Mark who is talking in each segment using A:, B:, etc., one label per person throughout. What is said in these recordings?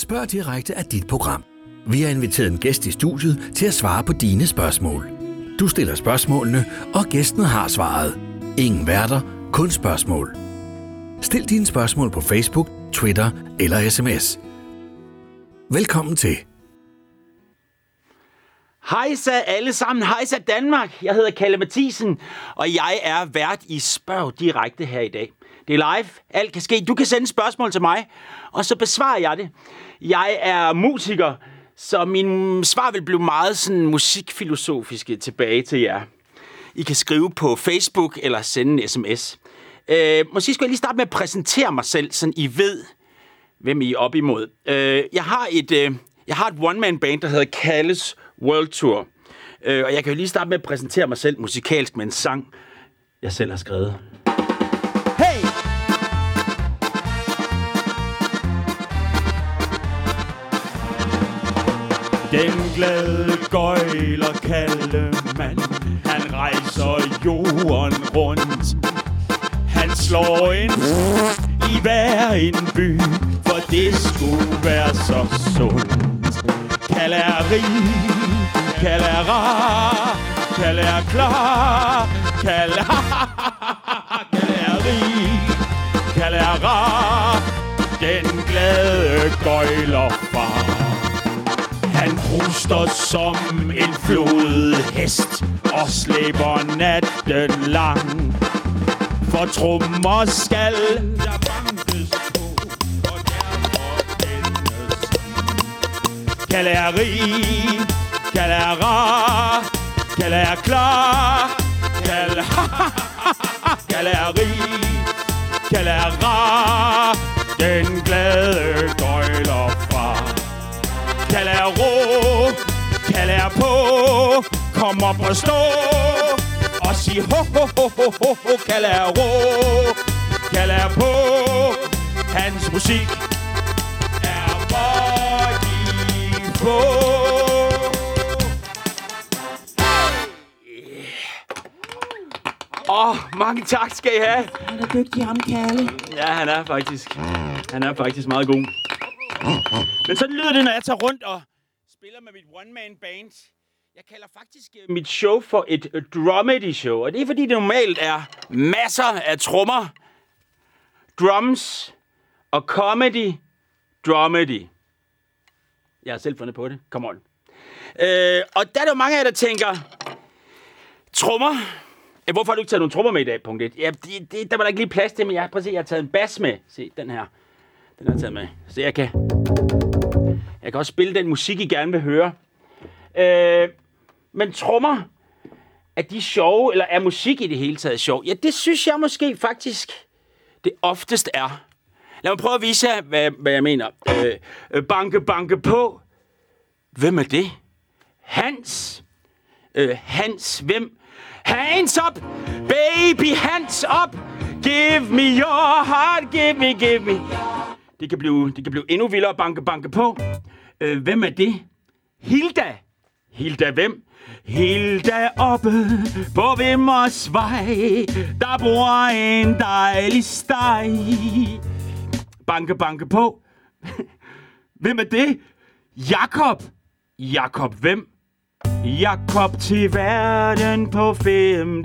A: Spørg direkte af dit program. Vi har inviteret en gæst i studiet til at svare på dine spørgsmål. Du stiller spørgsmålene, og gæsten har svaret. Ingen værter, kun spørgsmål. Stil dine spørgsmål på Facebook, Twitter eller sms. Velkommen til.
B: Hejsa alle sammen, hejsa Danmark. Jeg hedder Kalle Mathisen, og jeg er vært i Spørg Direkte her i dag. Det er live, alt kan ske. Du kan sende spørgsmål til mig, og så besvarer jeg det. Jeg er musiker, så min svar vil blive meget sådan musikfilosofiske tilbage til jer. I kan skrive på Facebook eller sende en sms. Måske skulle jeg lige starte med at præsentere mig selv, så I ved, hvem I er op imod. Jeg har et one-man-band, der hedder Kalles World Tour. Og jeg kan jo lige starte med at præsentere mig selv musikalsk med en sang, jeg selv har skrevet. Hey! Den glade gøjler Kalle mand, han rejser jorden rundt. Han slår ind i hver en by, for det skulle være så sundt. Kalle er rig, Kalle er rar, Kalle er klar, Kalle er rig, Kalle er rar, den glade gøjlerfar. Han ruster som en flodhest og slæber natten lang. For trommer skal der bankes på, og derfor denne sang. Kalle er rig, Kalle er rar, Kalle er klar, Kalle er rig, Kalle er rar, den glade gøjlerfar. Kalle er rå, Kalle er på, kom op og stå, og sig ho ho ho ho ho ho. Kalle er rå, Kalle er på, hans musik er body på. Mange tak skal I have.
C: Han er dygtig, ham Kalle.
B: Ja, han er faktisk meget god. Men sådan lyder det, når jeg tager rundt og spiller med mit one-man-band. Jeg kalder faktisk mit show for et dramedy-show, og det er fordi, det normalt er masser af trommer, drums og comedy, dramedy. Jeg har selv fundet på det. Come on. Og der er jo mange af jer, der tænker, trommer? Hvorfor har du ikke taget nogle trommer med i dag, punkt 1? Ja, der var der ikke lige plads til, men jeg har taget en bass med. Se, den her. Den har jeg taget med. Så jeg kan også spille den musik, I gerne vil høre. Men trommer, er de sjove, eller er musik i det hele taget sjov? Ja, det synes jeg måske faktisk, det oftest er. Lad mig prøve at vise jer, hvad jeg mener. Banke, banke på. Hvem er det? Hans. Hans, hvem? Hands up, baby, hands up. Give me your heart, give me. Det kan blive endnu vildere. Banke, banke på. Hvem er det? Hilda. Hilda hvem? Hilda oppe på Vimmersvej. Der bor en dejlig steg. Banke, banke på. Hvem er det? Jakob. Jakob hvem? Jakob til verden på 5.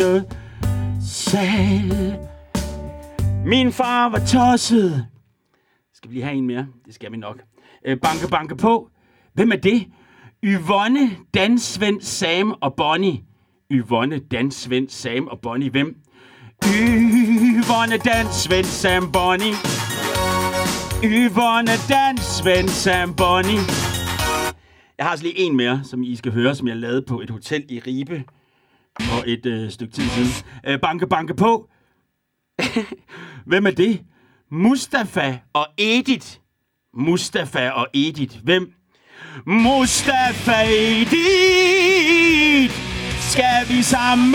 B: sal. Min far var tosset. Skal vi lige have en mere? Det skal vi nok. Banke, banke på. Hvem er det? Yvonne, Dan, Svend, Sam og Bonnie. Yvonne, Dan, Svend, Sam og Bonnie. Hvem? Yvonne, Dan, Svend, Sam, Bonnie. Yvonne, Dan, Svend, Sam, Bonnie. Jeg har altså lige en mere, som I skal høre, som jeg lavede på et hotel i Ribe for et stykke tid siden. Banke, banke på. Hvem er det? Mustafa og Edith. Mustafa og Edith. Hvem? Mustafa Edith. Skal vi sammen?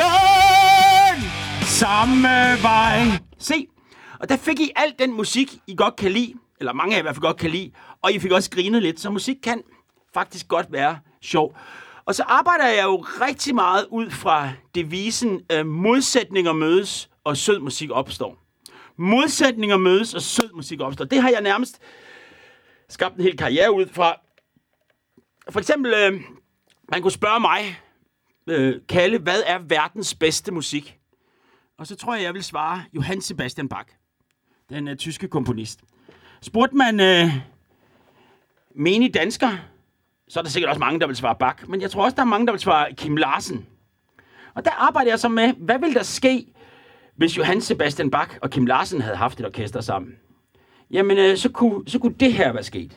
B: Samme vej. Se, og der fik I alt den musik, I godt kan lide. Eller mange af jer i hvert fald godt kan lide. Og I fik også grinet lidt, så musik kan faktisk godt være sjov. Og så arbejder jeg jo rigtig meget ud fra devisen modsætninger mødes og sød musik opstår. Modsætninger mødes og sød musik opstår. Det har jeg nærmest skabt en hel karriere ud fra. For eksempel, man kunne spørge mig, Kalle, hvad er verdens bedste musik? Og så tror jeg vil svare Johann Sebastian Bach, den tyske komponist. Spurgte man menige danskere, så er der sikkert også mange, der vil svare Bach, men jeg tror også, der er mange, der vil svare Kim Larsen. Og der arbejder jeg så med, hvad ville der ske, hvis Johann Sebastian Bach og Kim Larsen havde haft et orkester sammen? Jamen, så kunne det her være sket.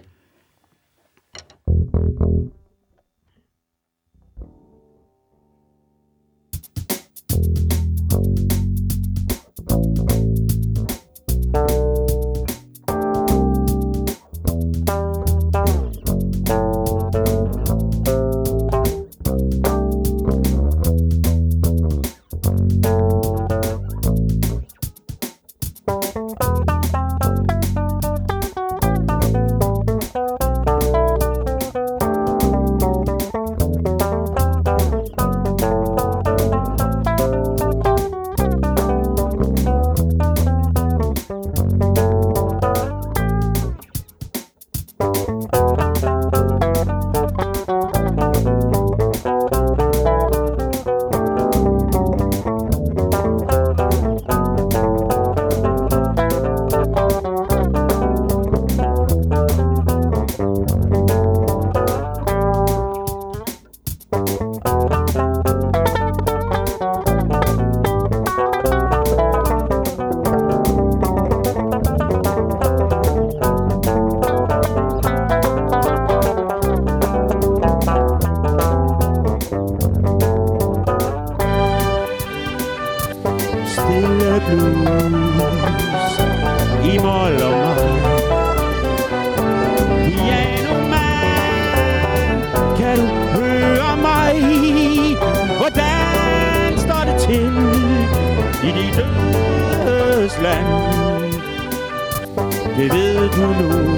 C: Det ved du nu.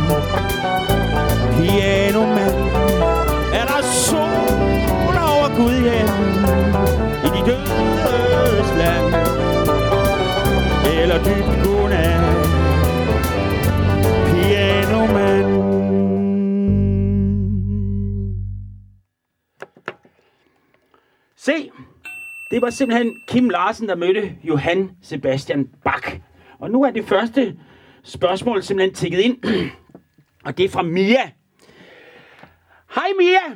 C: Pianomand, er der sol over Gudhjem i de dødes land? Eller dybt godnat, pianomand.
B: Se, det var simpelthen Kim Larsen, der mødte Johann Sebastian Bach. Og nu er det første spørgsmål simpelthen tikket ind, og det er fra Mia. Hej Mia!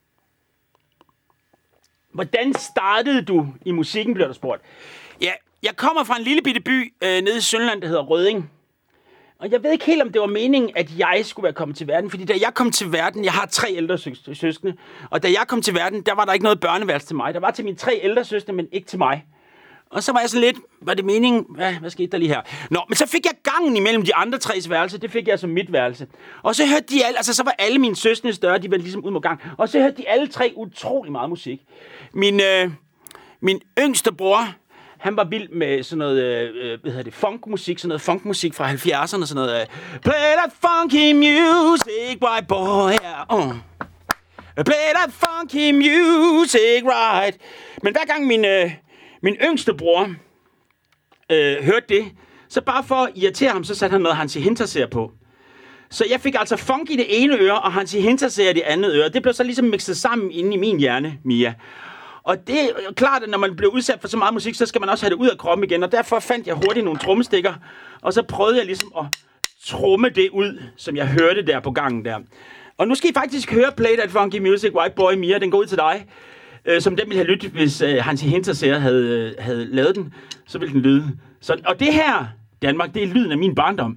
B: Hvordan startede du i musikken, blev der spurgt. Ja, jeg kommer fra en lille bitte by nede i Sønderland, der hedder Rødding. Og jeg ved ikke helt, om det var meningen, at jeg skulle være kommet til verden. Fordi da jeg kom til verden, jeg har 3 ældre søskende, og da jeg kom til verden, der var der ikke noget børneværelse til mig. Der var til mine 3 ældre søskende, men ikke til mig. Og så var jeg sådan lidt, var det meningen? Hvad skete der lige her? Nå, men så fik jeg gangen imellem de andre 3's værelse. Det fik jeg som mit værelse. Og så hørte de alle, altså så var alle mine søskende større, de var ligesom ud mod gang. Og så hørte de alle 3 utrolig meget musik. Min yngste bror, han var vild med sådan noget, funkmusik, sådan noget funkmusik fra 70'erne, sådan noget, play that funky music, white boy, yeah. Play that funky music, right. Men hver gang min yngste bror hørte det, så bare for at irritere ham, så satte han noget Hansi Hinterseer på. Så jeg fik altså funk i det ene øre, og Hansi Hinterseer i det andet øre. Det blev så ligesom mixet sammen inde i min hjerne, Mia. Og det er klart, at når man bliver udsat for så meget musik, så skal man også have det ud af kroppen igen. Og derfor fandt jeg hurtigt nogle trommestikker, og så prøvede jeg ligesom at tromme det ud, som jeg hørte der på gangen der. Og nu skal I faktisk høre Play That Funky Music, White Boy, Mia. Den går ud til dig. Som den ville have lyttet, hvis Hansi Hinterseer havde lavet den, så ville den lyde. Så, og det her, Danmark, det er lyden af min barndom.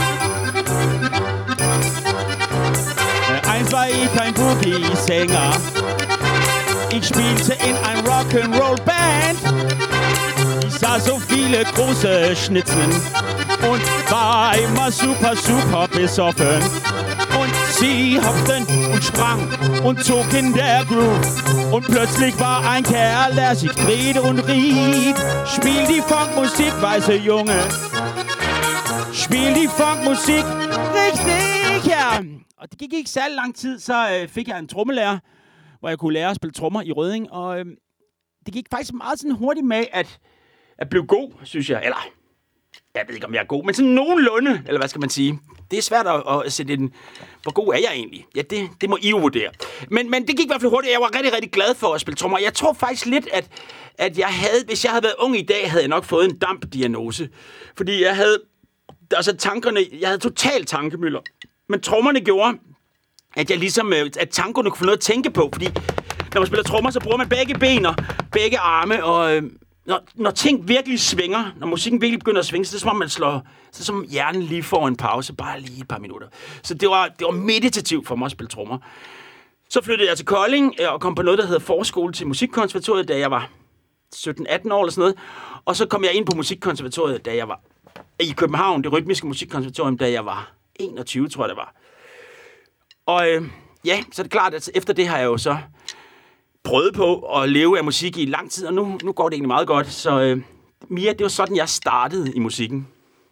C: Einst war ich ein Boogie-Sänger. Ich spielte in ein Rock'n'Roll-Band. Ich sah so viele große Schnitzeln und war immer super, super besoffen. Und sie hoppten und sprang und zog in der Groove. Und plötzlich war ein Kerl, der sich drehte und rief: Spiel die Funkmusik, weiße Junge. Spiel die Funkmusik richtig, ja.
B: Og det gik ikke særlig lang tid, så fik jeg en trommelærer, hvor jeg kunne lære at spille trommer i Rødding. Og det gik faktisk meget sådan hurtigt med at blive god, synes jeg. Eller, Jeg ved ikke, om jeg er god, men sådan nogenlunde, eller hvad skal man sige? Det er svært at sætte en... Hvor god er jeg egentlig? Ja, det må I jo vurdere. Men det gik i hvert fald hurtigt. Jeg var rigtig, rigtig glad for at spille trommer. Jeg tror faktisk lidt, at jeg havde... Hvis jeg havde været ung i dag, havde jeg nok fået en dampdiagnose. Fordi jeg havde... Altså tankerne... Jeg havde totalt tankemøller. Men trommerne gjorde, at jeg ligesom... At tankerne kunne få noget at tænke på. Fordi når man spiller trommer, så bruger man begge ben og begge arme. Og når ting virkelig svinger, når musikken virkelig begynder at svinge, så er det som om man slår... Så som hjernen lige får en pause, bare lige et par minutter. Så det var meditativt for mig at spille trommer. Så flyttede jeg til Kolding og kom på noget, der hedder Forskole til Musikkonservatoriet, da jeg var 17-18 år eller sådan noget. Og så kom jeg ind på Musikkonservatoriet, da jeg var i København, det rytmiske musikkonservatorium, da jeg var 21, tror jeg det var. Og ja, så er det klart, at efter det har jeg jo så prøvet på at leve af musik i lang tid, og nu går det egentlig meget godt. Så Mia, det var sådan, jeg startede i musikken.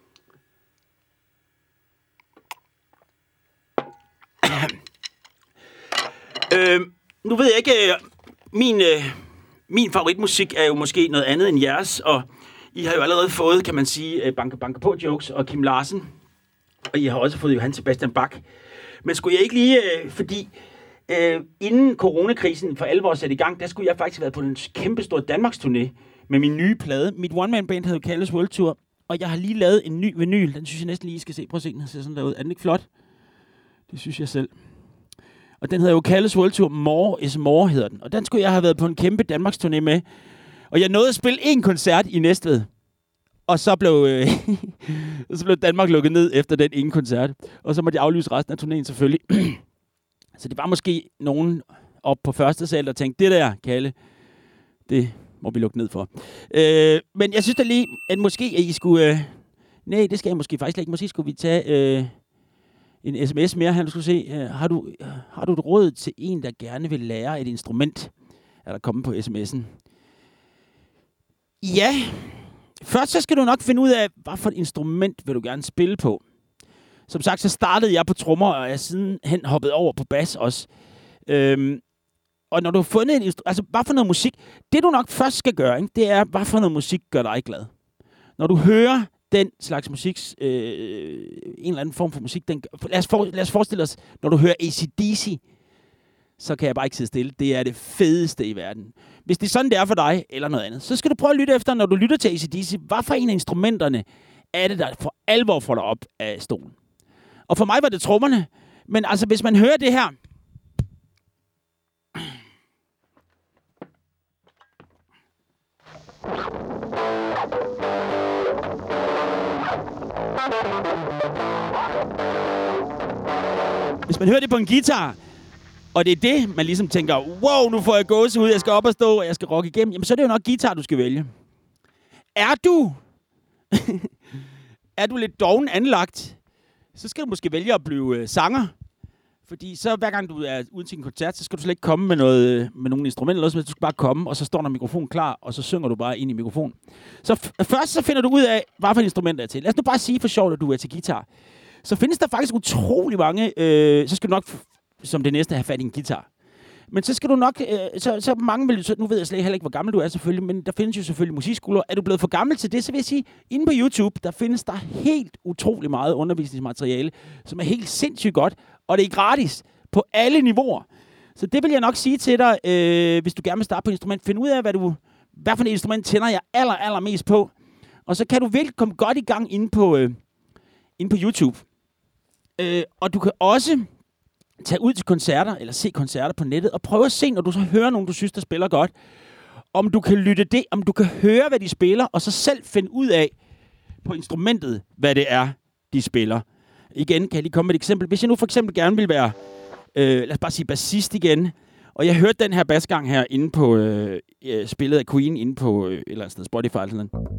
B: Nu ved jeg ikke, min favoritmusik er jo måske noget andet end jeres, og I har jo allerede fået, kan man sige, banke på jokes og Kim Larsen, og I har også fået Johann Sebastian Bach. Men skulle jeg ikke lige, fordi inden coronakrisen for alvor satte i gang, der skulle jeg faktisk have været på en kæmpestor Danmarksturné med min nye plade. Mit one-man-band hedder Kalles World Tour, og jeg har lige lavet en ny vinyl. Den synes jeg næsten lige, I skal se. Prøv at se, den ser sådan der ud. Er den ikke flot? Det synes jeg selv. Og den hedder jo Kalles World Tour. More is More hedder den. Og den skulle jeg have været på en kæmpe Danmarksturné med. Og jeg nåede at spille en koncert i Næstved. Og så blev, så blev Danmark lukket ned efter den ene koncert. Og så måtte jeg aflyse resten af turnéen selvfølgelig. Så det var måske nogen op på første sal, der tænkte, det der, Kalle, det må vi lukke ned for. Men jeg synes da lige, at måske at I skulle... nej, det skal jeg måske faktisk ikke. Måske skulle vi tage... en sms mere, han skulle se. Har du et råd til en, der gerne vil lære et instrument? Er der kommet på sms'en? Ja. Først så skal du nok finde ud af, hvad for et instrument vil du gerne spille på. Som sagt, så startede jeg på trommer, og jeg sidenhen hoppede over på bas også. Og når du har fundet et instrument, altså hvad for noget musik, det du nok først skal gøre, ikke, det er, hvad for noget musik gør dig glad. Når du hører den slags musik, en eller anden form for musik, lad os forestille os, når du hører AC/DC, så kan jeg bare ikke sidde stille. Det er det fedeste i verden. Hvis det er sådan, det er for dig, eller noget andet, så skal du prøve at lytte efter, når du lytter til AC/DC, hvad for en af instrumenterne er det, der for alvor får dig op af stolen. Og for mig var det trommerne, men altså, hvis man hører det her, hvis man hører det på en guitar, og det er det, man ligesom tænker, wow, nu får jeg gåsehud, jeg skal op og stå, og jeg skal rocke igennem, jamen så er det jo nok guitar, du skal vælge. Er du lidt doven anlagt, så skal du måske vælge at blive sanger. Fordi så hver gang du er ude til en koncert, så skal du slet ikke komme med nogle instrumenter, eller du skal bare komme, og så står der mikrofonen klar, og så synger du bare ind i mikrofonen. Så først så finder du ud af, hvad for et instrument der er til. Lad os nu bare sige for sjovt, at du er til guitar. Så findes der faktisk utrolig mange, så skal du nok som det næste have fat i en guitar. Men så skal du nok, så mange vil, nu ved jeg slet heller ikke, hvor gammel du er selvfølgelig, men der findes jo selvfølgelig musikskoler. Er du blevet for gammel til det, så vil jeg sige, inde på YouTube, der findes der helt utrolig meget undervisningsmateriale, som er helt sindssygt godt, og det er gratis på alle niveauer. Så det vil jeg nok sige til dig, hvis du gerne vil starte på et instrument. Find ud af, hvad for et instrument tænder jeg allermest på, og så kan du virkelig komme godt i gang inde på YouTube. Og du kan også tage ud til koncerter, eller se koncerter på nettet, og prøve at se, når du så hører nogen, du synes, der spiller godt, om du kan lytte det, om du kan høre, hvad de spiller, og så selv finde ud af på instrumentet, hvad det er, de spiller. Igen, kan jeg lige komme med et eksempel. Hvis jeg nu for eksempel gerne vil være, lad os bare sige bassist igen, og jeg hørte den her basgang her inde på, spillet af Queen, inde på et eller andet sted, Spotify eller sådan noget.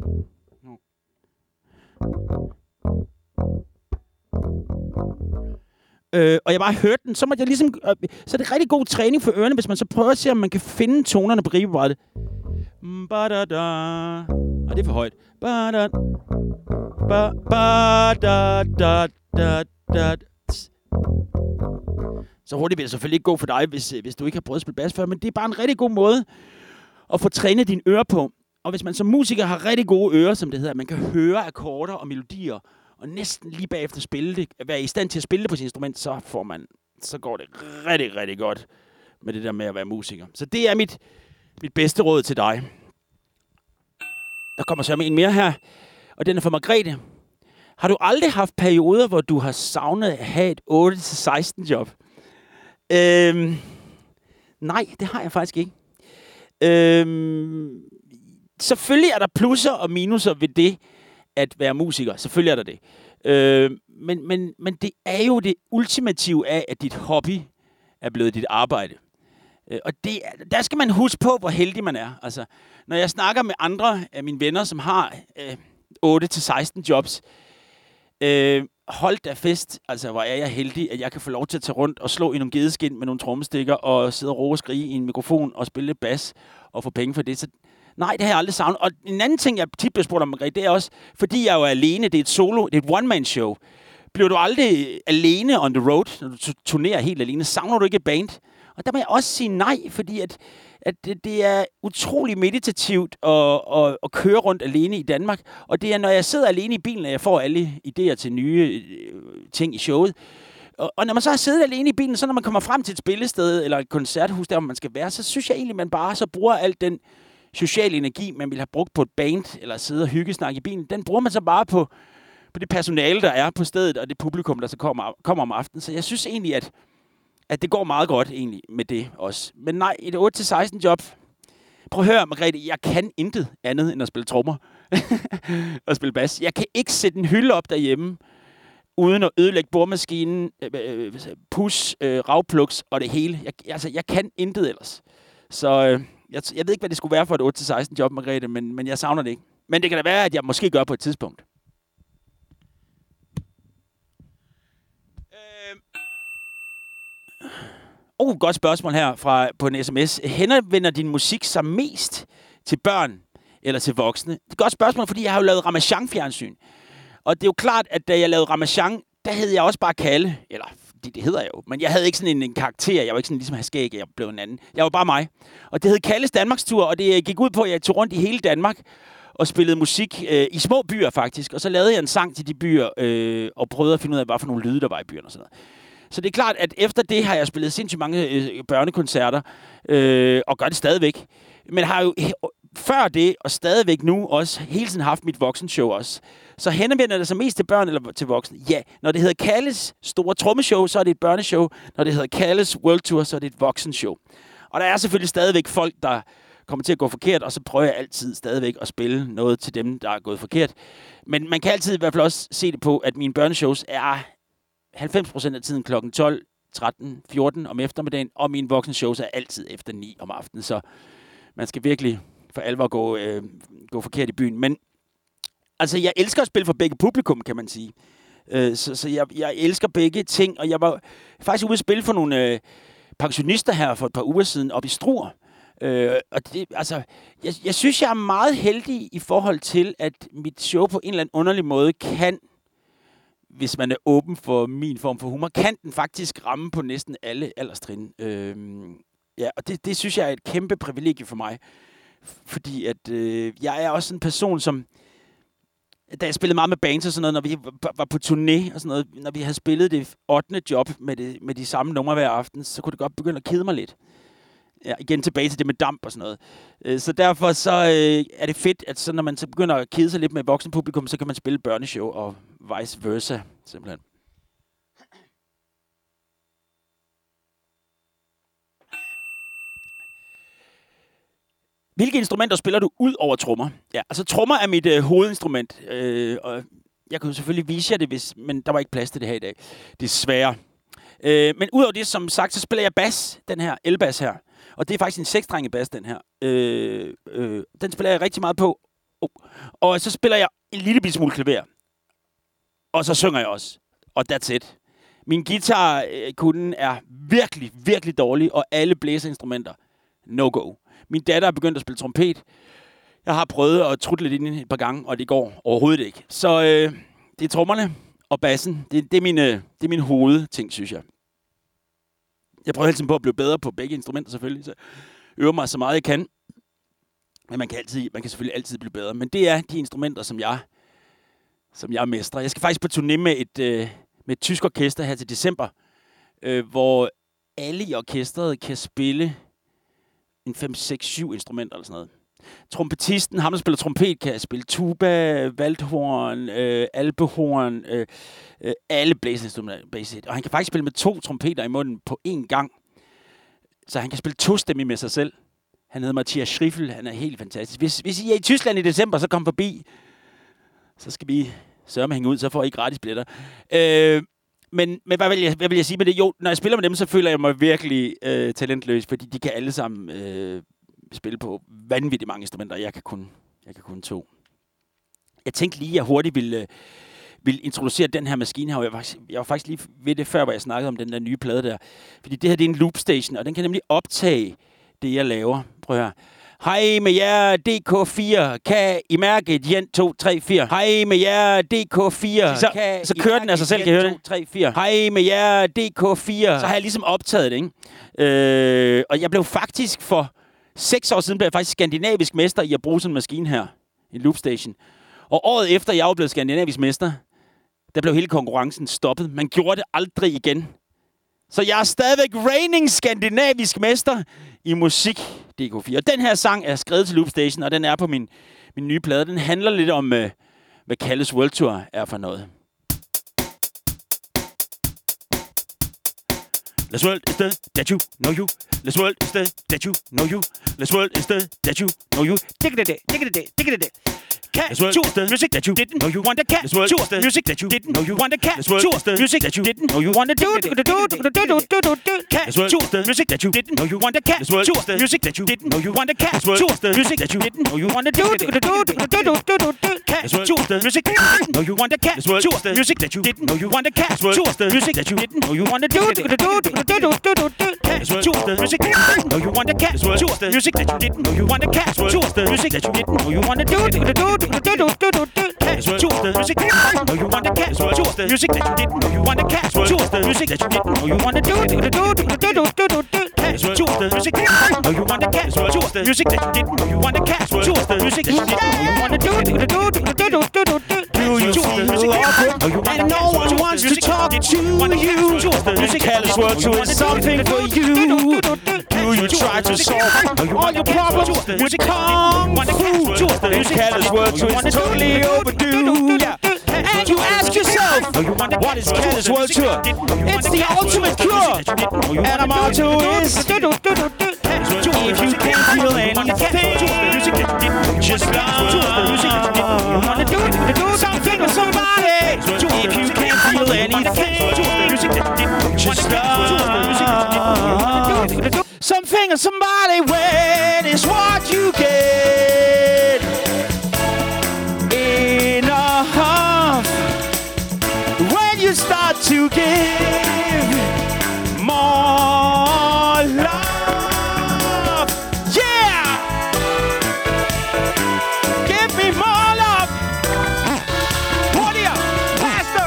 B: Og jeg bare hørte den, så måtte jeg ligesom... så er det rigtig god træning for ørerne, hvis man så prøver at se, om man kan finde tonerne på ribebrættet. Og det er for højt. Så hurtigt vil det selvfølgelig ikke gå for dig, hvis du ikke har prøvet at spille bas før, men det er bare en rigtig god måde at få trænet dine ører på.
C: Og hvis man som musiker har rigtig gode ører, som det hedder, man kan høre akkorder og melodier, og næsten lige bagefter spille det, være i stand til at spille det på sit instrument, så går det rigtig, rigtig godt med det der med at være musiker. Så det er mit bedste råd til dig. Der kommer så med en mere her, og den er fra Margrethe. Har du aldrig haft perioder, hvor du har savnet at have et 8-16 job? Nej, det har jeg faktisk ikke. Selvfølgelig er der plusser og minuser ved det at være musiker. Selvfølgelig er der det. Men det er jo det ultimative af, at dit hobby er blevet dit arbejde. Og der skal man huske på, hvor heldig man er. Altså, når jeg snakker med andre af mine venner, som har 8-16 jobs, hold da fest. Altså, hvor er jeg heldig, at jeg kan få lov til at tage rundt og slå i nogle gedeskin med nogle trommestikker og sidde og råbe og skrige i en mikrofon og spille lidt bas og få penge for det. Så nej, det har jeg aldrig savnet. Og en anden ting, jeg tit bliver spurgt om, Margrethe, det er også, fordi jeg jo er alene, det er et solo, det er et one-man-show. Bliver du aldrig alene on the road, når du turnerer helt alene? Savner du ikke et band? Og der må jeg også sige nej, fordi at det er utrolig meditativt at køre rundt alene i Danmark. Og det er, når jeg sidder alene i bilen, at jeg får alle idéer til nye ting i showet. Og når man så har siddet alene i bilen, så når man kommer frem til et spillested eller et koncerthus, der hvor man skal være, så synes jeg egentlig, man bare så bruger alt den social energi, man ville have brugt på et band, eller sidde og hyggesnakke i bilen, den bruger man så bare på det personale, der er på stedet, og det publikum, der så kommer om aftenen. Så jeg synes egentlig, at det går meget godt egentlig med det også. Men nej, et 8-16 job. Prøv at høre, Margrethe, jeg kan intet andet end at spille trommer og spille bas. Jeg kan ikke sætte en hylde op derhjemme, uden at ødelægge bordmaskinen, ravplugs og det hele. Jeg kan intet ellers. Så jeg ved ikke, hvad det skulle være for et 8-16 job, Margrethe, men jeg savner det ikke. Men det kan da være, at jeg måske gør på et tidspunkt. Godt spørgsmål her på en sms. Henvender din musik sig mest til børn eller til voksne? Det er et godt spørgsmål, fordi jeg har jo lavet Ramasjang-fjernsyn. Og det er jo klart, at da jeg lavede Ramasjang, der hed jeg også bare Kalle. Eller, det hedder jeg jo. Men jeg havde ikke sådan en karakter. Jeg var ikke sådan ligesom Haskæg, jeg blev en anden. Jeg var bare mig. Og det hed Kalles Danmarkstur, og det gik ud på, at jeg tog rundt i hele Danmark og spillede musik i små byer faktisk. Og så lavede jeg en sang til de byer og prøvede at finde ud af, hvad for nogle lyde, der var i byerne og sådan noget. Så det er klart, at efter det har jeg spillet sindssygt mange børnekoncerter, og gør det stadigvæk. Men har jo før det, og stadigvæk nu også, hele tiden haft mit voksenshow også. Så henvender det sig mest til børn eller til voksne? Ja. Når det hedder Kalles store trommeshow, så er det et børneshow. Når det hedder Kalles World Tour, så er det et voksenshow. Og der er selvfølgelig stadigvæk folk, der kommer til at gå forkert, og så prøver jeg altid stadigvæk at spille noget til dem, der er gået forkert. Men man kan altid i hvert fald også se det på, at mine børneshows er 90% af tiden kl. 12, 13, 14 om eftermiddagen, og mine voksenshows er altid efter 9 om aftenen. Så man skal virkelig for alvor gå forkert i byen. Men altså, jeg elsker at spille for begge publikum, kan man sige. Så jeg elsker begge ting, og jeg var faktisk ude at spille for nogle pensionister her for et par uger siden op i Struer. Og det, altså, jeg synes, jeg er meget heldig i forhold til, at mit show på en eller anden underlig måde kan, hvis man er åben for min form for humor, kan den faktisk ramme på næsten alle alderstrin. Ja, og det synes jeg er et kæmpe privilegie for mig. Fordi at jeg er også en person, som da jeg spillede meget med bands og sådan noget, når vi var på turné og sådan noget, når vi havde spillet det 8. job med de samme numre hver aften, så kunne det godt begynde at kede mig lidt. Ja, igen tilbage til det med damp og sådan noget. Så derfor så er det fedt, at så, når man så begynder at kede sig lidt med voksenpublikum, så kan man spille børneshow og vice versa, simpelthen. Hvilke instrumenter spiller du ud over trommer? Ja, altså trommer er mit hovedinstrument, og jeg kunne selvfølgelig vise jer det, men der var ikke plads til det her i dag. Desværre. Men udover det, som sagt, så spiller jeg bas, den her elbas her. Og det er faktisk en 6-strenget bas, den her. Den spiller jeg rigtig meget på. Og så spiller jeg en lille smule klaver. Og så synger jeg også. Og that's it. Min guitar-kunden er virkelig, virkelig dårlig, og alle blæserinstrumenter, no go. Min datter er begyndt at spille trompet. Jeg har prøvet at trutte lidt ind et par gange, og det går overhovedet ikke. Så det er trommerne og bassen. Det er min hovedting, synes jeg. Jeg prøver hele tiden på at blive bedre på begge instrumenter, selvfølgelig. Så øver mig så meget jeg kan.
B: Men man kan selvfølgelig altid blive bedre. Men det er de instrumenter, som jeg mestrer. Jeg skal faktisk på turné med et tysk orkester her til december, hvor alle i orkestret kan spille en 5, 6, 7 instrumenter eller sådan noget. Trompetisten, ham der spiller trompet, kan spille tuba, waldhorn, alpehorn, alle blæseinstrumenter. Og han kan faktisk spille med 2 trompeter i munden på én gang. Så han kan spille 2-stemmig med sig selv. Han hedder Matthias Schriffel. Han er helt fantastisk. Hvis I er i Tyskland i december, så kom forbi. Så skal vi sørge hænge ud, så får I gratis billetter. Men hvad vil jeg sige med det? Jo, når jeg spiller med dem, så føler jeg mig virkelig talentløs, fordi de kan alle sammen spille på vanvittigt mange instrumenter. Jeg kan kun 2. Jeg tænkte lige, at jeg hurtigt ville introducere den her maskine her. Jeg var faktisk lige ved det før, hvor jeg snakkede om den der nye plade der. Fordi det her, det er en loopstation, og den kan nemlig optage det, jeg laver. Prøv at høre. Hej med jer, DK4, kan I mærke et 1, 2, 3, 4. Hej med jer, DK4, så kører den af sig selv, kan I høre det? 2, 3, 4. Hej med jer, DK4. Så har jeg ligesom optaget det, ikke? Og jeg blev faktisk for 6 år siden, blev jeg faktisk skandinavisk mester i at bruge sådan en maskine her. En loopstation. Og året efter, jeg var blevet skandinavisk mester, der blev hele konkurrencen stoppet. Man gjorde det aldrig igen. Så jeg er stadigvæk reigning skandinavisk mester i musik DK4. Og den her sang er skrevet til Loopstation, og den er på min nye plade. Den handler lidt om, hvad Kalles World Tour er for noget. This world is the that you know you. This world is the that you know you. This world is the that you know you. Dig. Catch the music that you didn't know you want to catch. Choose the music that you didn't know you want to catch. Choose the music that you didn't know you want to do. Catch. Choose the music that you didn't know you want to catch. Choose the music that you didn't know you want to catch. Choose the music that you didn't know you want to do. Catch. Choose the music that you didn't know you want to catch. Choose the music that you didn't know you want to catch. Choose the music that you didn't know you want to do. Catch. Choose the music that you didn't know you want to catch. Choose the music that you didn't know you want to catch. Choose the music that you didn't know you want to do. Choose the music that you didn't know you want to catch. Choose the music that you didn't know you want to catch. Choose the music that you didn't know you want to do. Choose the music that you didn't know you want to catch. Choose the music that you didn't know you want to catch. Choose the music that you didn't know you want to do. Do you feel awkward and no one wants to talk to you? And Kalles World Tour is something for you. Do you try to solve all your problems with kung fu? And Kalles World Tour is totally overdue. And you ask yourself, what is Kalles World Tour? It's the ultimate cure. And our motto is, if you can't feel anything, just love something or somebody. If you can't feel anything, just love something or somebody. When is what you get enough? When you start to give more love, yeah, give me more love. What are you, Pastor?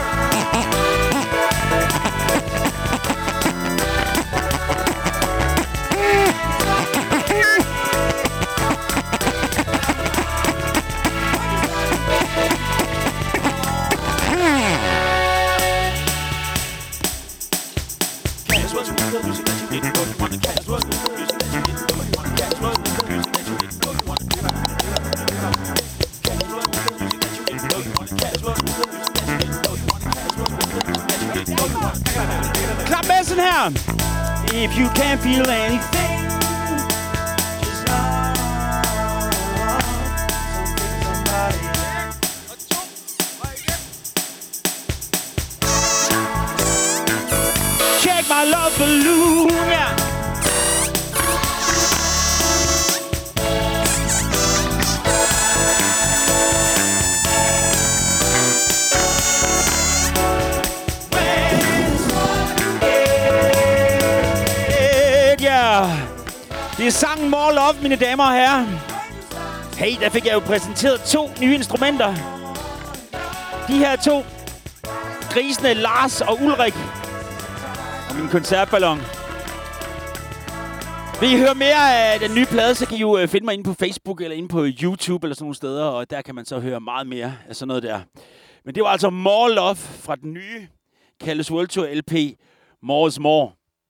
B: Klap bassen her. If you can't feel anything, just love somebody. Check my love balloon, yeah. Det er sangen More Love, mine damer og herrer. Hey, der fik jeg jo præsenteret 2 nye instrumenter. De her 2 grisene, Lars og Ulrik. Og min koncertballon. Vil I høre mere af den nye plade, så kan I jo finde mig inde på Facebook eller inde på YouTube eller sådan nogle steder, og der kan man så høre meget mere af sådan noget der. Men det var altså More Love fra den nye Kalles World Tour LP, More is More.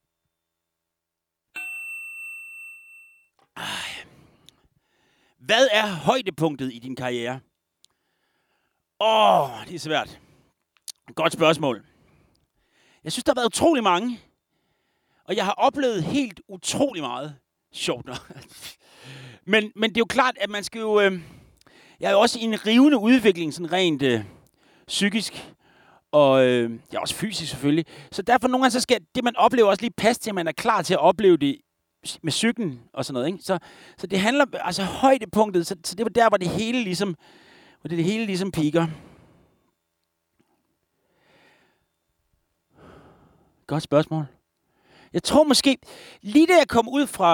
B: Hvad er højdepunktet i din karriere? Det er svært. Godt spørgsmål. Jeg synes, der har været utrolig mange. Og jeg har oplevet helt utrolig meget. Sjovt nok. men det er jo klart, at man skal jo... jeg er jo også i en rivende udvikling, sådan rent psykisk. Og ja, også fysisk selvfølgelig. Så derfor nogle gange, så skal det, man oplever, også lige passe til, at man er klar til at opleve det med cyklen og sådan noget. Ikke? Så det handler... Altså højdepunktet, så det var der, hvor det hele ligesom piker. Godt spørgsmål. Jeg tror måske, lige da jeg kom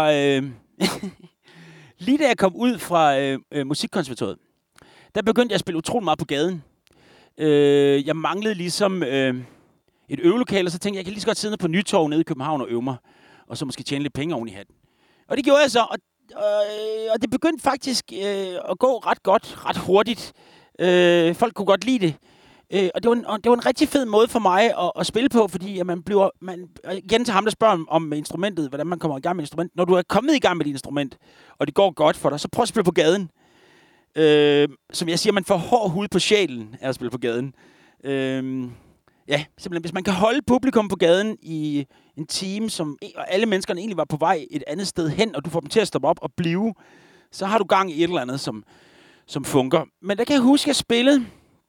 B: ud fra musikkonservatoriet, der begyndte jeg at spille utrolig meget på gaden. Jeg manglede ligesom et øvelokale, og så tænkte jeg kan lige så godt sidde på Nytorv nede i København og øve mig, og så måske tjene lidt penge oven i hatten. Og det gjorde jeg så, og det begyndte faktisk at gå ret godt, ret hurtigt. Folk kunne godt lide det. Og det var en rigtig fed måde for mig at spille på, fordi at man igen til ham, der spørger om instrumentet, hvordan man kommer i gang med instrument. Når du er kommet i gang med dit instrument, og det går godt for dig, så prøv at spille på gaden. Som jeg siger, man får hård hud på sjælen af at spille på gaden. Ja, simpelthen, hvis man kan holde publikum på gaden i en time, og alle menneskerne egentlig var på vej et andet sted hen, og du får dem til at stoppe op og blive, så har du gang i et eller andet, som fungerer. Men der kan jeg huske, at jeg spillede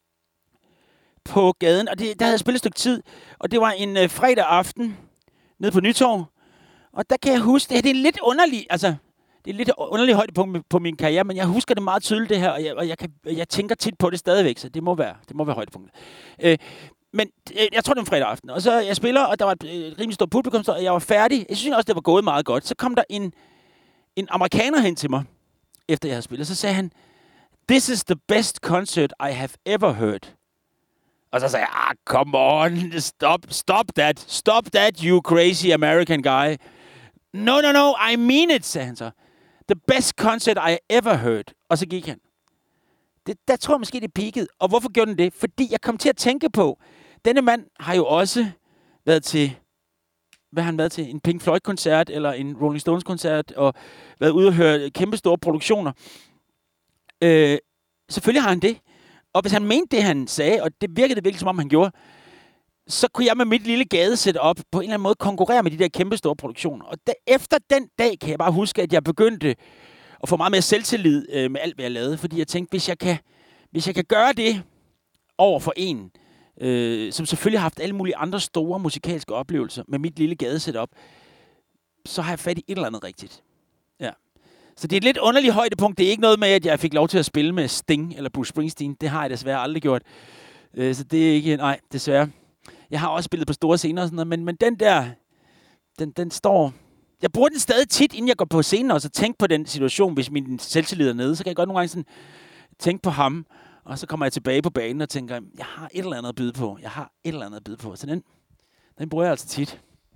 B: på gaden, og der havde jeg spillet et stykke tid, og det var en fredag aften nede på Nytorv, og der kan jeg huske, det er lidt underligt, altså, det er lidt underligt højdepunkt på min karriere, men jeg husker det meget tydeligt det her, og jeg tænker tit på det stadigvæk, så det må være højdepunktet. Men jeg tror, det var en fredag aften, og så jeg spiller, og der var et rimelig stort publikum, og jeg var færdig. Jeg synes også, det var gået meget godt. Så kom der en amerikaner hen til mig, efter jeg havde spillet, så sagde han, "This is the best concert I have ever heard." Og så sagde jeg, come on, stop that, you crazy American guy. No, I mean it, sagde han så. The best concert I ever heard. Og så gik han. Der tror jeg måske, det peakede. Og hvorfor gjorde den det? Fordi jeg kom til at tænke på, denne mand har jo også været til, hvad har han været til? En Pink Floyd-koncert, eller en Rolling Stones-koncert, og været ude og høre kæmpe store produktioner. Selvfølgelig har han det. Og hvis han mente det, han sagde, og det virkede virkelig, som om han gjorde, så kunne jeg med mit lille gadesæt op på en eller anden måde konkurrere med de der kæmpe store produktioner. Og efter den dag kan jeg bare huske, at jeg begyndte at få meget mere selvtillid med alt, hvad jeg lavede. Fordi jeg tænkte, hvis jeg kan gøre det over for en, som selvfølgelig har haft alle mulige andre store musikalske oplevelser med mit lille gadesæt op, så har jeg fat i et eller andet rigtigt. Ja. Så det er et lidt underligt højdepunkt. Det er ikke noget med, at jeg fik lov til at spille med Sting eller Bruce Springsteen. Det har jeg desværre aldrig gjort. Så det er ikke... Nej, desværre. Jeg har også spillet på store scener og sådan noget, men den der... Den står... Jeg bruger den stadig tit, inden jeg går på scenen, og så tænker på den situation, hvis min selvtillid er nede. Så kan jeg godt nogle gange sådan tænke på ham, og så kommer jeg tilbage på banen og tænker, jeg har et eller andet at byde på. Så den bruger jeg altså tit.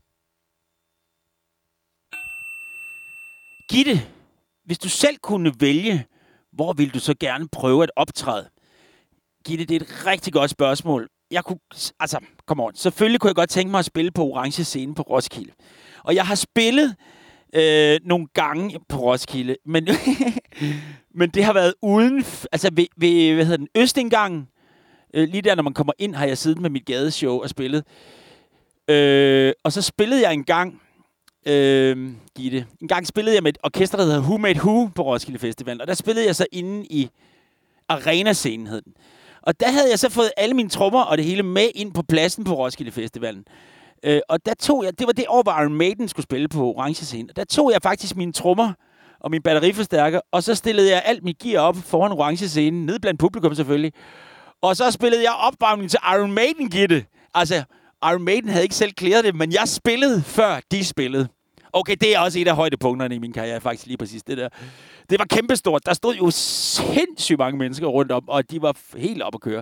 B: Gitte, hvis du selv kunne vælge, hvor ville du så gerne prøve at optræde? Gitte, det er et rigtig godt spørgsmål. Selvfølgelig kunne jeg godt tænke mig at spille på Orange Scene på Roskilde. Og jeg har spillet nogle gange på Roskilde, men, men det har været uden... Altså ved Østindgangen, lige der, når man kommer ind, har jeg siddet med mit gadeshow og spillet. Og så spillede jeg en gang... Gitte. En gang spillede jeg med et orkester, der hedder Who Made Who på Roskilde Festival, og der spillede jeg så inde i Arena-scenen, hed den. Og der havde jeg så fået alle mine trommer og det hele med ind på pladsen på Roskilde Festivalen. Og der tog jeg, det var det år, hvor Iron Maiden skulle spille på Orange Scene, og der tog jeg faktisk mine trommer og min batteriforstærker, og så stillede jeg alt mit gear op foran Orange Scene, nede blandt publikum selvfølgelig. Og så spillede jeg opvarmning til Iron Maiden, Gitte. Altså, Iron Maiden havde ikke selv klæret det, men jeg spillede, før de spillede. Okay, det er også et af højdepunkterne i min karriere, faktisk lige præcis det der. Det var kæmpestort. Der stod jo sindssygt mange mennesker rundt om, og de var helt op at køre.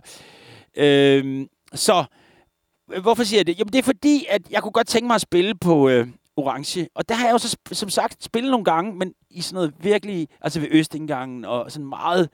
B: Så, hvorfor siger jeg det? Jamen, det er fordi, at jeg kunne godt tænke mig at spille på Orange. Og der har jeg jo så som sagt spillet nogle gange, men i sådan noget virkelig, altså ved Østindgangen og sådan meget,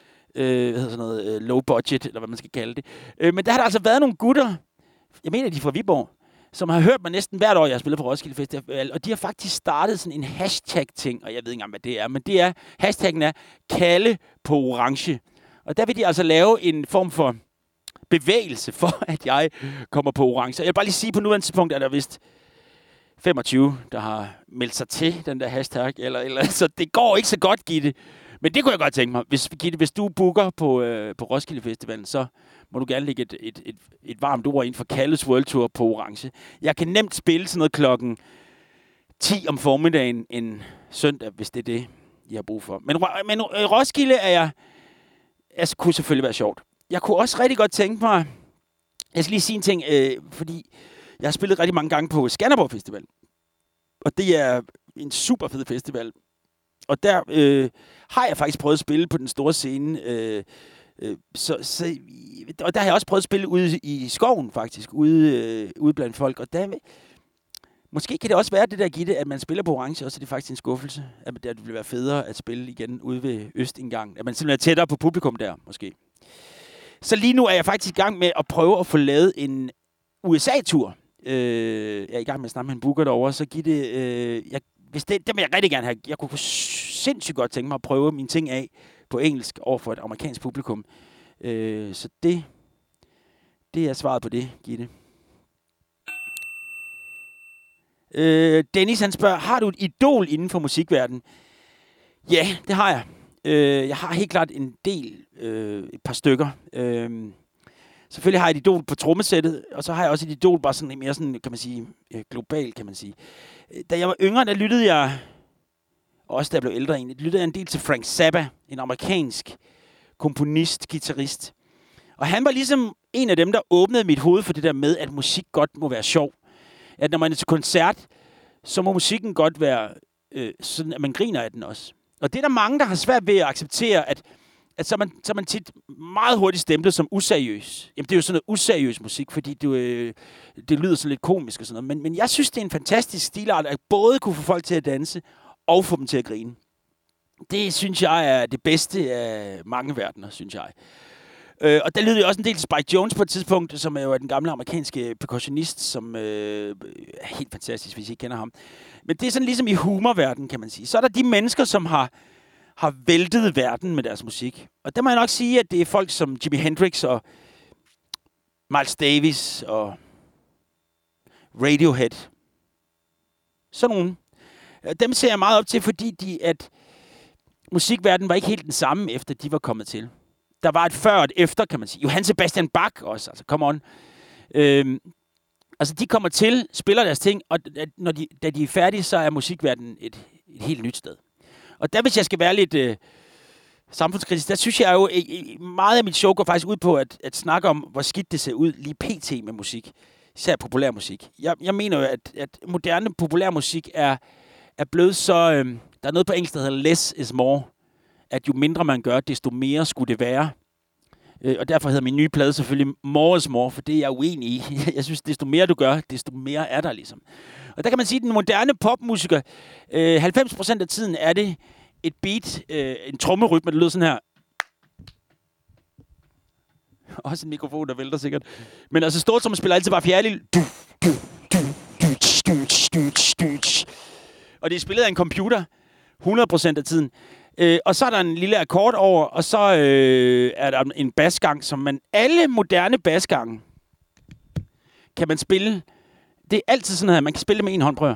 B: low budget, eller hvad man skal kalde det. Men der har der altså været nogle gutter, jeg mener, de er fra Viborg, som har hørt mig næsten hvert år, jeg har spillet på Roskilde Festival, og de har faktisk startet sådan en hashtag-ting, og jeg ved ikke engang, hvad det er, men det er, hashtaggen er Kalle på Orange. Og der vil de altså lave en form for bevægelse for, at jeg kommer på Orange. Jeg vil bare lige sige, på nuværende tidspunkt er der vist 25, der har meldt sig til den der hashtag, eller så det går ikke så godt, Gitte. Men det kunne jeg godt tænke mig. Hvis du booker på Roskilde Festivalen, så må du gerne lægge et varmt ord ind for Kalles World Tour på Orange. Jeg kan nemt spille sådan noget klokken 10 om formiddagen en søndag, hvis det er det, I har brug for. Men Roskilde kunne selvfølgelig være sjovt. Jeg kunne også rigtig godt tænke mig, jeg skal lige sige en ting, fordi jeg har spillet rigtig mange gange på Skanderborg Festival. Og det er en super fed festival. Og der har jeg faktisk prøvet at spille på den store scene. Og der har jeg også prøvet at spille ude i skoven, faktisk. Ude blandt folk. Og der, måske kan det også være det der, Gitte, at man spiller på Orange, og så er det faktisk en skuffelse. At det vil være federe at spille igen ude ved Østindgangen. At man simpelthen er tættere på publikum der, måske. Så lige nu er jeg faktisk i gang med at prøve at få lavet en USA-tur. Jeg er i gang med at snakke med en booker derovre, så giv det... det vil jeg rigtig gerne have. Jeg kunne sindssygt godt tænke mig at prøve mine ting af på engelsk over for et amerikansk publikum. Så det er svaret på det, Gitte. Dennis han spørger, har du et idol inden for musikverdenen? Ja, det har jeg. Jeg har helt klart en del, et par stykker. Selvfølgelig har jeg et idol på trommesættet, og så har jeg også et idol bare sådan mere sådan, kan man sige, globalt, kan man sige. Da jeg var yngre, der lyttede jeg, også da jeg blev ældre egentlig, lyttede jeg en del til Frank Zappa, en amerikansk komponist, guitarist. Og han var ligesom en af dem, der åbnede mit hoved for det der med, at musik godt må være sjov. At når man er til koncert, så må musikken godt være sådan, at man griner af den også. Og det er der mange, der har svært ved at acceptere, at så er man tit meget hurtigt stemplet som useriøs. Jamen, det er jo sådan noget useriøs musik, fordi det lyder så lidt komisk og sådan noget. Men jeg synes, det er en fantastisk stilart, at både kunne få folk til at danse, og få dem til at grine. Det synes jeg er det bedste af mange verdener, synes jeg. Og der lyder jo også en del til Spike Jones på et tidspunkt, som er jo den gamle amerikanske percussionist, som er helt fantastisk, hvis I ikke kender ham. Men det er sådan ligesom i humorverdenen, kan man sige. Så er der de mennesker, som har væltet verden med deres musik. Og der må jeg nok sige, at det er folk som Jimi Hendrix og Miles Davis og Radiohead. Sådan nogle. Dem ser jeg meget op til, fordi at musikverdenen var ikke helt den samme, efter de var kommet til. Der var et før og et efter, kan man sige. Johann Sebastian Bach også, altså come on. Altså de kommer til, spiller deres ting, og da de er færdige, så er musikverdenen et helt nyt sted. Og der, hvis jeg skal være lidt samfundskritisk, der synes jeg jo, meget af mit show går faktisk ud på at snakke om, hvor skidt det ser ud lige pt. Med musik. Især populærmusik. Jeg mener jo, at moderne populærmusik er blevet så... der er noget på engelsk, der hedder less is more. At jo mindre man gør, desto mere skulle det være. Og derfor hedder min nye plade selvfølgelig More is More, for det er jeg uenig i. Jeg synes, desto mere du gør, desto mere er der ligesom. Og der kan man sige, at den moderne popmusiker, 90% af tiden er det et beat, en trommerytme, der lyder sådan her. Også en mikrofon, der vælter sikkert. Men altså stortrommer spiller altid bare fjerdedel. Og det er spillet af en computer 100% af tiden. Og så er der en lille akkord over, og så er der en basgang, som man... Alle moderne basgange kan man spille... Det er altid sådan her, man kan spille det med en hånd, prøv.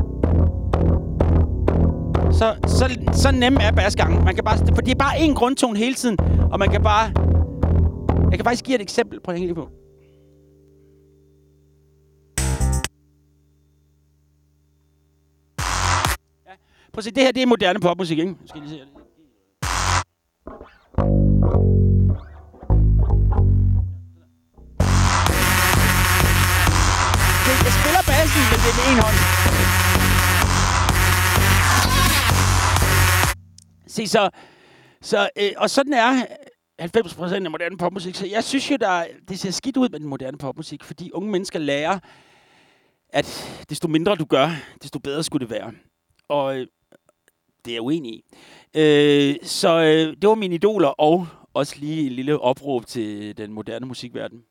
B: Så nem er basgangen. Man kan bare... For det er bare én grundtone hele tiden, og man kan bare... Jeg kan faktisk give et eksempel. Prøv at hænge lige på. Prøv at se, det her, det er moderne popmusik, ikke? Nu skal I lige se det. Jeg spiller bassen, men det er med en hånd. Se, og sådan er 90% af moderne popmusik. Så jeg synes jo, det ser skidt ud med den moderne popmusik, fordi unge mennesker lærer at desto mindre du gør, desto bedre skulle det være. Og det er jeg uenig i. Så det var mine idoler, og også lige en lille opråb til den moderne musikverden.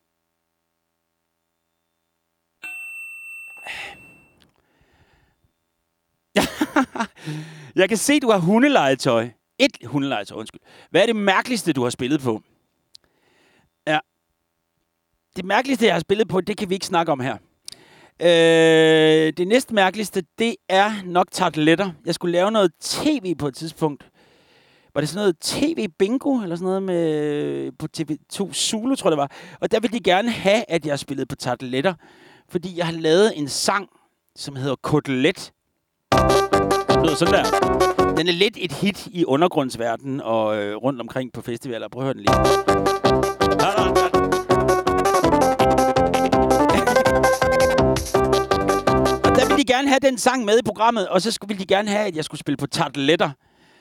B: Jeg kan se, du har hundelegetøj. Et hundelegetøj, undskyld. Hvad er det mærkeligste, du har spillet på? Ja. Det mærkeligste, jeg har spillet på, det kan vi ikke snakke om her. Det næste mærkeligste, det er nok tarteletter. Jeg skulle lave noget tv på et tidspunkt. Var det sådan noget tv-bingo, eller sådan noget med på TV2 Zulu, tror jeg det var. Og der ville de gerne have, at jeg spillede på tarteletter. Fordi jeg har lavet en sang, som hedder Kotelet. Det lyder sådan der. Den er lidt et hit i undergrundsverdenen og rundt omkring på festivaler. Prøv at høre den lige. Og der ville de gerne have den sang med i programmet, og så ville de gerne have, at jeg skulle spille på tarteletter.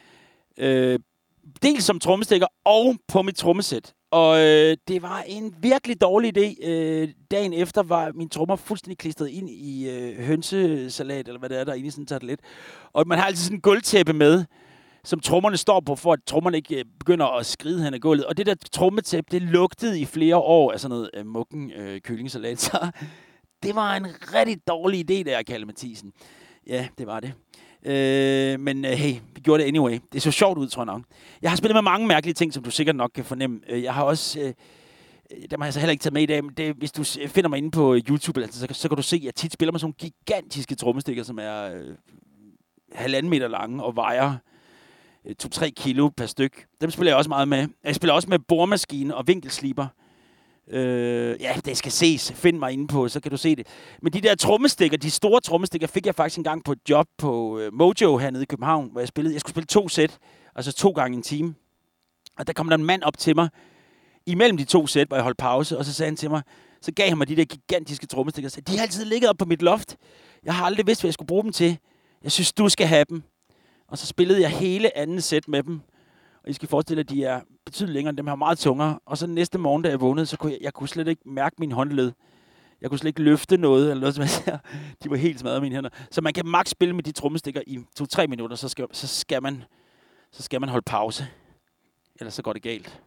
B: Dels som trommestikker og på mit trommesæt. Og det var en virkelig dårlig idé. Dagen efter var min trommer fuldstændig klistret ind i hønsesalat, eller hvad det er, der er inde i sådan en tartelet. Og man har altid sådan en gulvtæppe med, som trommerne står på, for at trommerne ikke begynder at skride hen ad gulvet. Og det der trommetæppe, det lugtede i flere år af sådan noget muggen kyllingesalat. Så det var en rigtig dårlig idé, der Kalle Mathisen. Ja, det var det. Men hey, vi gjorde det anyway. Det så sjovt ud, tror jeg nok. Jeg har spillet med mange mærkelige ting, som du sikkert nok kan fornemme. Jeg har også... dem har jeg så heller ikke taget med i dag, men det, hvis du finder mig inde på YouTube, altså, så kan du se, at jeg tit spiller med sådan nogle gigantiske trommestikker, som er 1,5 meter lange og vejer 2-3 kilo per styk. Dem spiller jeg også meget med. Jeg spiller også med boremaskine og vinkelsliber. Ja, det skal ses. Find mig inde på, så kan du se det. Men de der trommestikker, de store trommestikker, fik jeg faktisk engang på et job på Mojo hernede i København, hvor jeg spillede. Jeg skulle spille 2 sæt, altså 2 gange en time. Og der kom der en mand op til mig, imellem de 2 sæt, hvor jeg holdt pause, og så sagde han til mig, så gav han mig de der gigantiske trommestikker, og sagde, de har altid ligget op på mit loft. Jeg har aldrig vidst, hvad jeg skulle bruge dem til. Jeg synes, du skal have dem. Og så spillede jeg hele anden sæt med dem. Og I skal forestille, at de er betydeligt længere, dem har meget tungere. Og så næste morgen, da jeg vågnede, så kunne jeg kunne slet ikke mærke min håndled. Jeg kunne slet ikke løfte noget, eller noget som helst. De var helt smadret mine hænder. Så man kan maks spille med de trommestikker i 2-3 minutter, så skal man holde pause. Ellers så går det galt.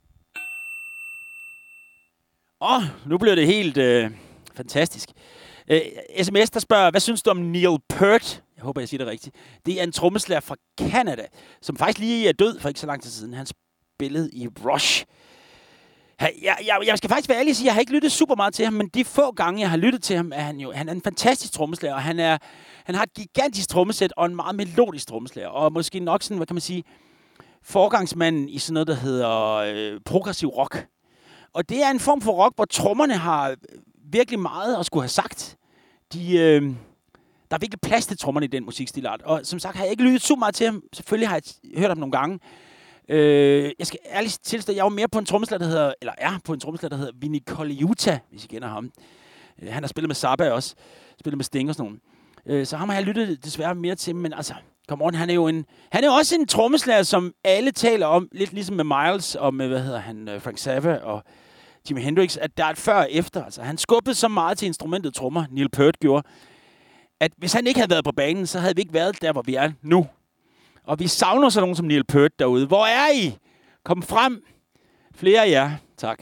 B: Nu bliver det helt fantastisk. SMS, der spørger, hvad synes du om Neil Peart? Jeg håber, jeg siger det rigtigt. Det er en trommeslager fra Canada, som faktisk lige er død for ikke så lang tid siden. Han spillede i Rush. Jeg skal faktisk være ærlig og sige, at jeg har ikke lyttet super meget til ham, men de få gange, jeg har lyttet til ham, er han er en fantastisk trommeslager, og han har et gigantisk trommesæt og en meget melodisk trommeslager, og måske nok sådan, hvad kan man sige, forgangsmanden i sådan noget, der hedder progressiv rock. Og det er en form for rock, hvor trommerne har virkelig meget at skulle have sagt. Der er virkelig plads til trommerne i den musikstilart. Og som sagt har jeg ikke lyttet super meget til ham. Selvfølgelig har jeg hørt ham nogle gange. Jeg skal ærligt tilstå, jeg var mere på en trommeslager, der hedder Vinnie Colaiuta, hvis I kender ham. Han har spillet med Zappa også. Spillet med Sting og sådan nogen. Så ham har jeg lyttet desværre mere til, men altså, come on, han er jo også en trommeslager, som alle taler om, lidt ligesom med Miles og med, Frank Zappa og Jimi Hendrix, at der er et før og efter. Altså, han skubbede så meget til instrumentet trommer, Neil Peart gjorde, at hvis han ikke havde været på banen, så havde vi ikke været der, hvor vi er nu. Og vi savner så nogen som Neil Peart derude. Hvor er I? Kom frem. Flere af jer. Tak.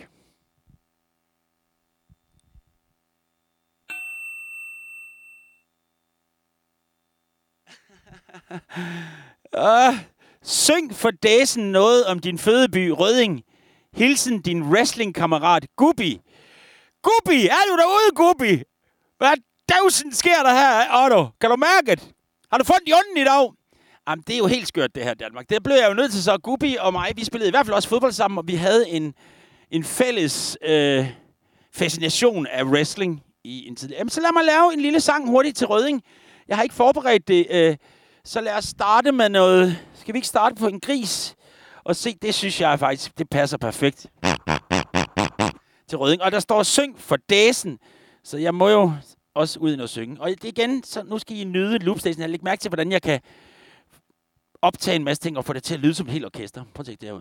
B: Syng for dæsen noget om din fødeby Rødding. Hilsen din wrestlingkammerat Gubbi. Gubbi, er du derude, Gubbi? Hvad dævsen sker der her, Otto? Kan du mærke det? Har du fået i ånden i dag? Jamen, det er jo helt skørt, det her, Danmark. Det blev jeg jo nødt til så. Gubbi og mig, vi spillede i hvert fald også fodbold sammen, og vi havde en fælles fascination af wrestling i en tid. Jamen, så lad mig lave en lille sang hurtigt til Rødding. Jeg har ikke forberedt det, så lad os starte med noget. Skal vi ikke starte på en gris? Og se, det synes jeg faktisk, det passer perfekt til Rødding. Og der står, syng for dæsen. Så jeg må jo også ud og synge. Og det igen, så nu skal I nyde loopstationen. Jeg lægger mærke til, hvordan jeg kan optage en masse ting og få det til at lyde som et helt orkester. Prøv at tænke det herud.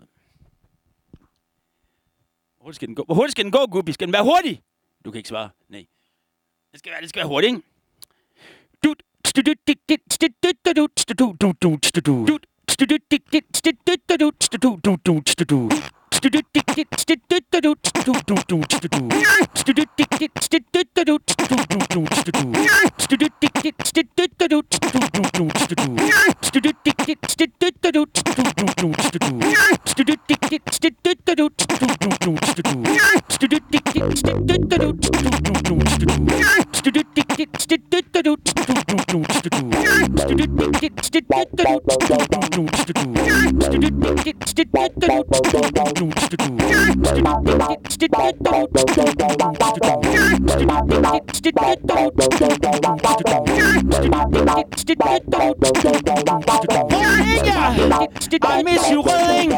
B: Hvor hurtigt skal den gå, Gubbi? Skal den være hurtig? Du kan ikke svare. Nej. Det skal være hurtigt, ikke?
C: I miss you, Rødding.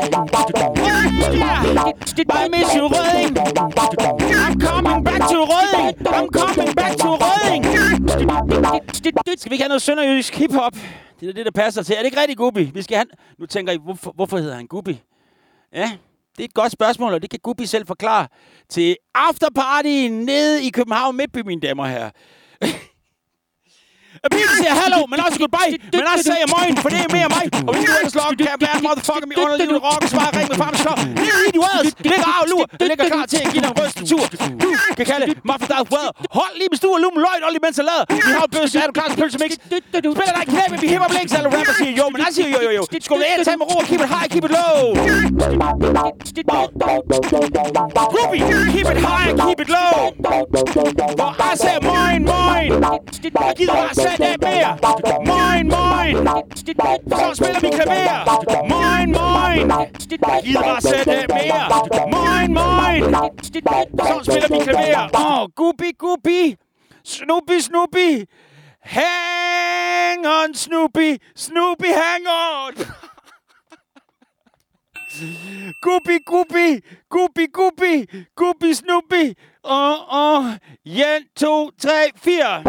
C: I miss you, Rødding. I'm coming back to Rødding. I'm coming back to Rødding. Skal vi ikke have noget sønderjysk hiphop? Det er det, der passer til. Er det ikke rigtig Gubbi? Vi skal have... Nu tænker I, hvorfor hedder han Gubbi? Ja, det er et godt spørgsmål, og det kan Gubbi selv forklare til afterparty nede i København Midtby, mine damer og herrer. People siger hallo, men også goodbye, men også siger moin, for det er mere mig. Og hvis du ellers logger, kan jeg blære motherfucker med underlivet rock og svare ring med farmens klok. Lille idiots, ligger af lur, der ligger klar til at give dig en røstetur. Du kan kalde Muffin Darth Vader. Hold lige med stue og lumen løgn, og lige mens jeg lader. Vi har et bøs, er du klar til pølsemix? Spiller dig knæ, men vi hipper blinks, alle rapper siger jo, men jeg siger jo. Skål ind, tag med ro og keep it high, keep it low. Gubbi, keep it high and keep it low. For jeg siger moin. Jeg gider bare sætte det mere. Moin. Så spiller vi klaver. Moin. Jeg gider bare sætte det mere. Moin. Så spiller vi klaver. Gubbi. Snoopy. Hang on, Snoopy, hang on. Gubbi, Snoopy. 1, 2, 3, 4.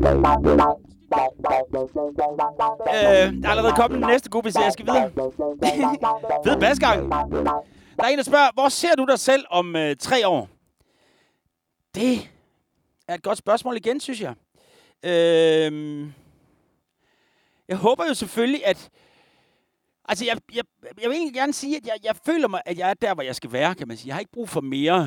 C: Der er allerede kommet den næste Gubbi, så jeg skal videre. Fed basgang. Der er en, der spørger, hvor ser du dig selv om 3 år? Det er et godt spørgsmål igen, synes jeg. Jeg håber jo selvfølgelig, at... Altså, jeg vil egentlig gerne sige, at jeg føler mig, at jeg er der, hvor jeg skal være, kan man sige. Jeg har ikke brug for mere,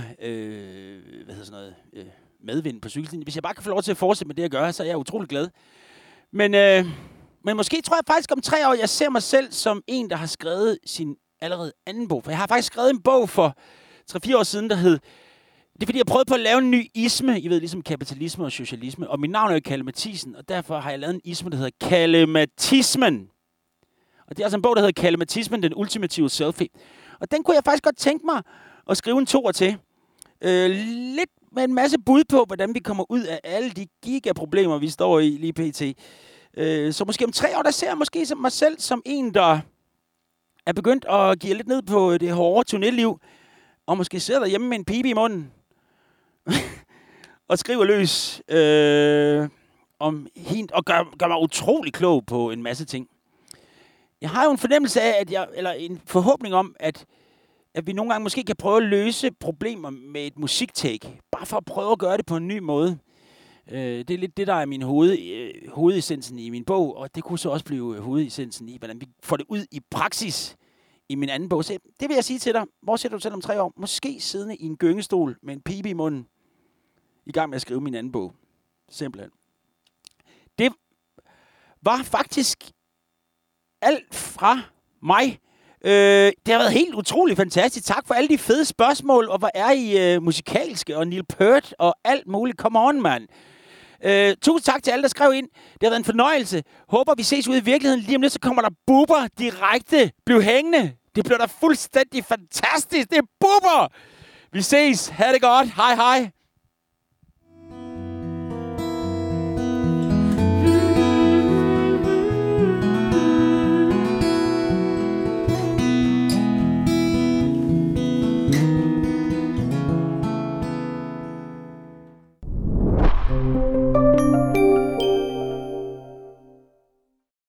C: medvind på cykelstien. Hvis jeg bare kan få lov til at fortsætte med det, jeg gør, så er jeg utrolig glad. Men måske tror jeg faktisk om 3 år, jeg ser mig selv som en, der har skrevet sin allerede anden bog. For jeg har faktisk skrevet en bog for 3-4 år siden, der hed... Det er fordi, jeg prøvede på at lave en ny isme. I ved, ligesom kapitalisme og socialisme. Og mit navn er jo Kalle Mathisen, og derfor har jeg lavet en isme, der hedder Kalematismen. Og det er altså en bog, der hedder Kalematismen, den ultimative selfie. Og den kunne jeg faktisk godt tænke mig at skrive en 2'er til. Lidt med en masse bud på, hvordan vi kommer ud af alle de gigaproblemer, vi står i lige pt. Så måske om 3 år, der ser jeg måske mig selv som en, der er begyndt at give lidt ned på det hårde turnéliv, og måske sidder derhjemme med en pibe i munden, og skriver løs om hende, og gør mig utrolig klog på en masse ting. Jeg har jo en fornemmelse af, eller en forhåbning om, at vi nogle gange måske kan prøve at løse problemer med et musiktake. Bare for at prøve at gøre det på en ny måde. Det er lidt det, der er min hovedessensen i min bog, og det kunne så også blive hovedessensen i, hvordan vi får det ud i praksis i min anden bog. Så det vil jeg sige til dig. Hvor ser du selv om 3 år? Måske siddende i en gyngestol med en pibe i munden, i gang med at skrive min anden bog. Simpelthen. Det var faktisk alt fra mig. Det har været helt utroligt fantastisk. Tak for alle de fede spørgsmål, og hvor er I musikalske, og Neil Peart, og alt muligt. Come on, mand. Tusind tak til alle, der skrev ind. Det har været en fornøjelse. Håber, vi ses ude i virkeligheden. Lige om lidt, så kommer der Bubber direkte. Bliv hængende. Det bliver da fuldstændig fantastisk. Det er Bubber. Vi ses. Ha' det godt. Hej, hej.